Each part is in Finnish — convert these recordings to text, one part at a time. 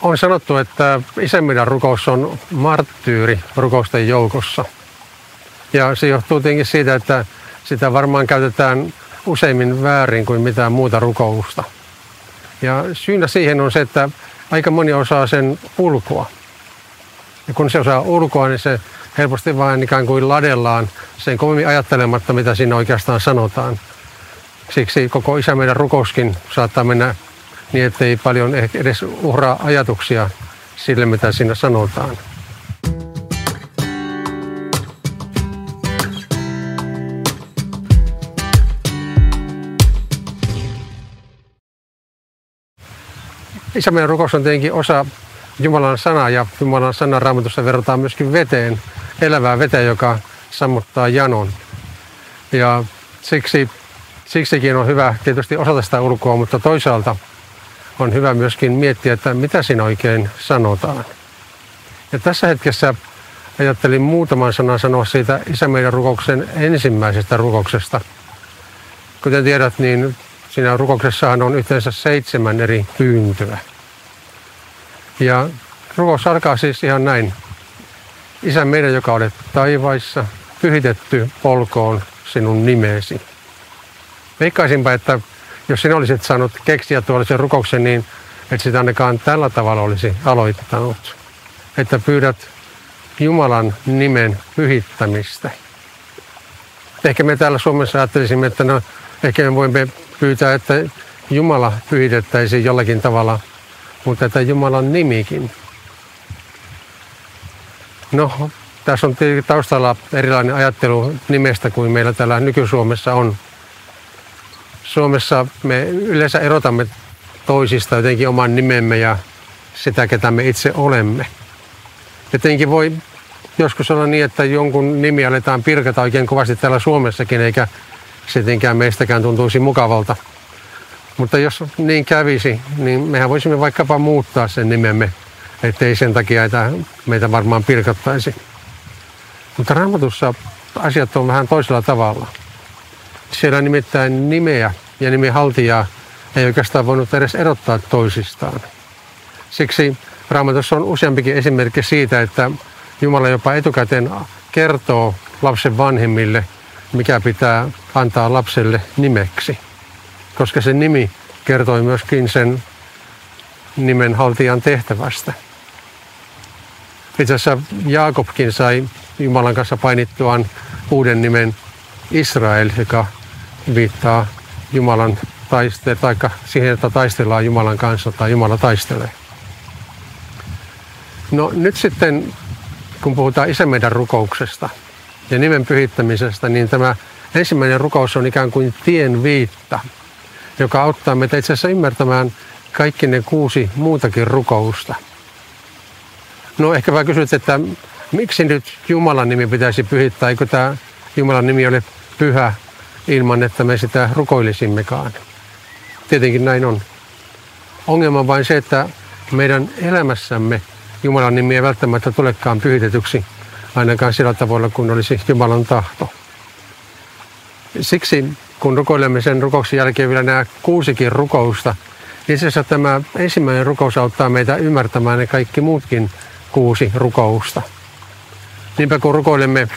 On sanottu, että isämeidän rukous on marttyyri rukousten joukossa. Ja se johtuu tietenkin siitä, että sitä varmaan käytetään useimmin väärin kuin mitään muuta rukousta. Ja syynä siihen on se, että aika moni osaa sen ulkoa. Ja kun se osaa ulkoa, niin se helposti vain ikään kuin ladellaan sen kovin ajattelematta, mitä siinä oikeastaan sanotaan. Siksi koko isämeidän rukouskin saattaa mennä niin, ettei paljon edes uhraa ajatuksia sille, mitä siinä sanotaan. Isämeidän rukous on tietenkin osa Jumalan sanaa, ja Jumalan sanan Raamatussa verrataan myöskin veteen, elävään veteen, joka sammuttaa janon. Ja siksikin on hyvä tietysti osata sitä ulkoa, mutta toisaalta on hyvä myöskin miettiä, että mitä siinä oikein sanotaan. Ja tässä hetkessä ajattelin muutaman sanan sanoa siitä isämeidän rukouksen ensimmäisestä rukouksesta. Kuten tiedät, niin siinä rukouksessahan on yhteensä 7 eri pyyntöä. Ja rukous alkaa siis ihan näin. Isä meidän, joka olet taivaissa, pyhitetty olkoon sinun nimesi. Veikkaisinpa, että jos sinä olisit saanut keksiä tuollaisen rukouksen, niin et sitä ainakaan tällä tavalla olisi aloittanut. Että pyydät Jumalan nimen pyhittämistä. Ehkä me täällä Suomessa ajattelisimme, että no, ehkä me voimme pyytää, että Jumala pyhitettäisiin jollakin tavalla, mutta että Jumalan nimikin. No, tässä on taustalla erilainen ajattelu nimestä kuin meillä täällä nyky-Suomessa on. Suomessa me yleensä erotamme toisista jotenkin oman nimemme ja sitä, ketä me itse olemme. Jotenkin voi joskus olla niin, että jonkun nimi aletaan pirkata oikein kovasti täällä Suomessakin, eikä sittenkään meistäkään tuntuisi mukavalta. Mutta jos niin kävisi, niin mehän voisimme vaikkapa muuttaa sen nimemme, ettei sen takia, että meitä varmaan pirkattaisi. Mutta Raamatussa asiat on vähän toisella tavalla. Siellä nimittäin nimeä ja nimenhaltijaa ei oikeastaan voinut edes erottaa toisistaan. Siksi Raamatussa on useampikin esimerkki siitä, että Jumala jopa etukäteen kertoo lapsen vanhemmille, mikä pitää antaa lapselle nimeksi. Koska se nimi kertoi myöskin sen nimenhaltijan tehtävästä. Itse asiassa Jaakobkin sai Jumalan kanssa painittuaan uuden nimen Israel, joka viittaa Jumalan tai siihen, että taistellaan Jumalan kanssa tai Jumala taistelee. No nyt sitten, kun puhutaan isämeidän rukouksesta ja nimen pyhittämisestä, niin tämä ensimmäinen rukous on ikään kuin tien viitta, joka auttaa meitä itse asiassa ymmärtämään kaikki ne 6 muutakin rukousta. No ehkä vaan kysyt, että miksi nyt Jumalan nimi pitäisi pyhittää, eikö tämä Jumalan nimi ole pyhä ilman, että me sitä rukoilisimmekaan. Tietenkin näin on. Ongelma on vain se, että meidän elämässämme Jumalan nimi ei välttämättä tulekaan pyhitetyksi, ainakaan sillä tavalla, kun olisi Jumalan tahto. Siksi, kun rukoilemme sen rukouksen jälkeen vielä nämä 6 rukousta, niin itse asiassa tämä ensimmäinen rukous auttaa meitä ymmärtämään ne kaikki muutkin 6 rukousta. Niinpä kun rukoilemme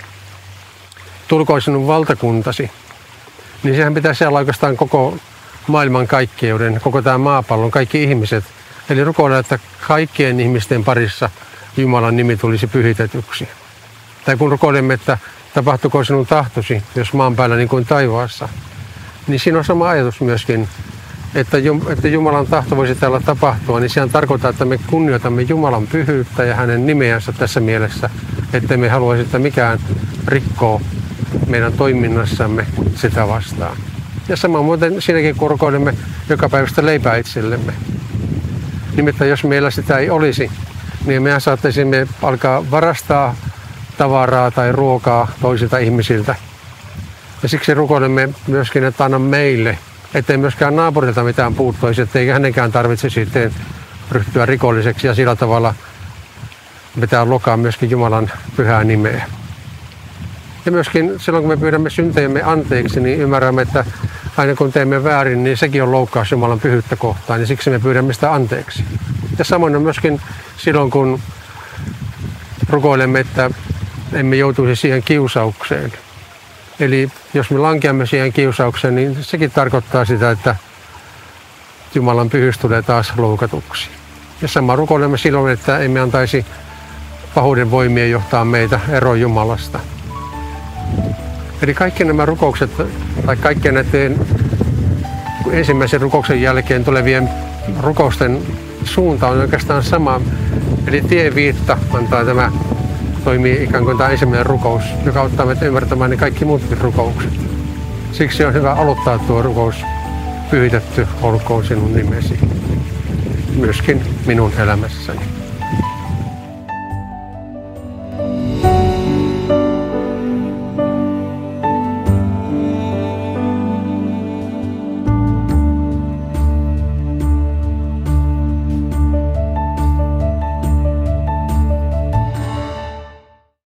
tulkoon sinun valtakuntasi, niin sehän pitäisi olla oikeastaan koko maailman kaikkeuden, koko tämä maapallon, kaikki ihmiset. Eli rukoilla, että kaikkien ihmisten parissa Jumalan nimi tulisi pyhitetyksi. Tai kun rukoilemme, että tapahtuko sinun tahtosi, jos maan päällä niin kuin taivaassa, niin siinä on sama ajatus myöskin, että Jumalan tahto voisi täällä tapahtua, niin sehän tarkoittaa, että me kunnioitamme Jumalan pyhyyttä ja hänen nimeänsä tässä mielessä, että me haluaisi, että mikään rikkoo meidän toiminnassamme sitä vastaan. Ja samoin muuten siinäkin, kun rukoilemme joka päivästä leipää itsellemme. Nimittäin jos meillä sitä ei olisi, niin mehän saattaisimme alkaa varastaa tavaraa tai ruokaa toisilta ihmisiltä. Ja siksi rukoilemme myöskin, että anna meille, ettei myöskään naapurilta mitään puuttuisi, ettei hänenkään tarvitse sitten ryhtyä rikolliseksi ja sillä tavalla pitää lokaa myöskin Jumalan pyhää nimeä. Ja myöskin silloin, kun me pyydämme syntejämme anteeksi, niin ymmärrämme, että aina kun teemme väärin, niin sekin on loukkaus Jumalan pyhyyttä kohtaan, niin siksi me pyydämme sitä anteeksi. Ja samoin on myöskin silloin, kun rukoilemme, että emme joutuisi siihen kiusaukseen. Eli jos me lankeamme siihen kiusaukseen, niin sekin tarkoittaa sitä, että Jumalan pyhyys tulee taas loukatuksi. Ja sama rukoilemme silloin, että emme antaisi pahuuden voimien johtaa meitä eroon Jumalasta. Eli kaikki nämä rukoukset, tai kaikkien näiden ensimmäisen rukouksen jälkeen tulevien rukousten suunta on oikeastaan sama. Eli tieviitta antaa tämä, toimii ikään kuin tämä ensimmäinen rukous, joka auttaa meitä ymmärtämään ne kaikki muutkin rukoukset. Siksi on hyvä aloittaa tuo rukous, pyhitetty olkoon sinun nimesi, myöskin minun elämässäni.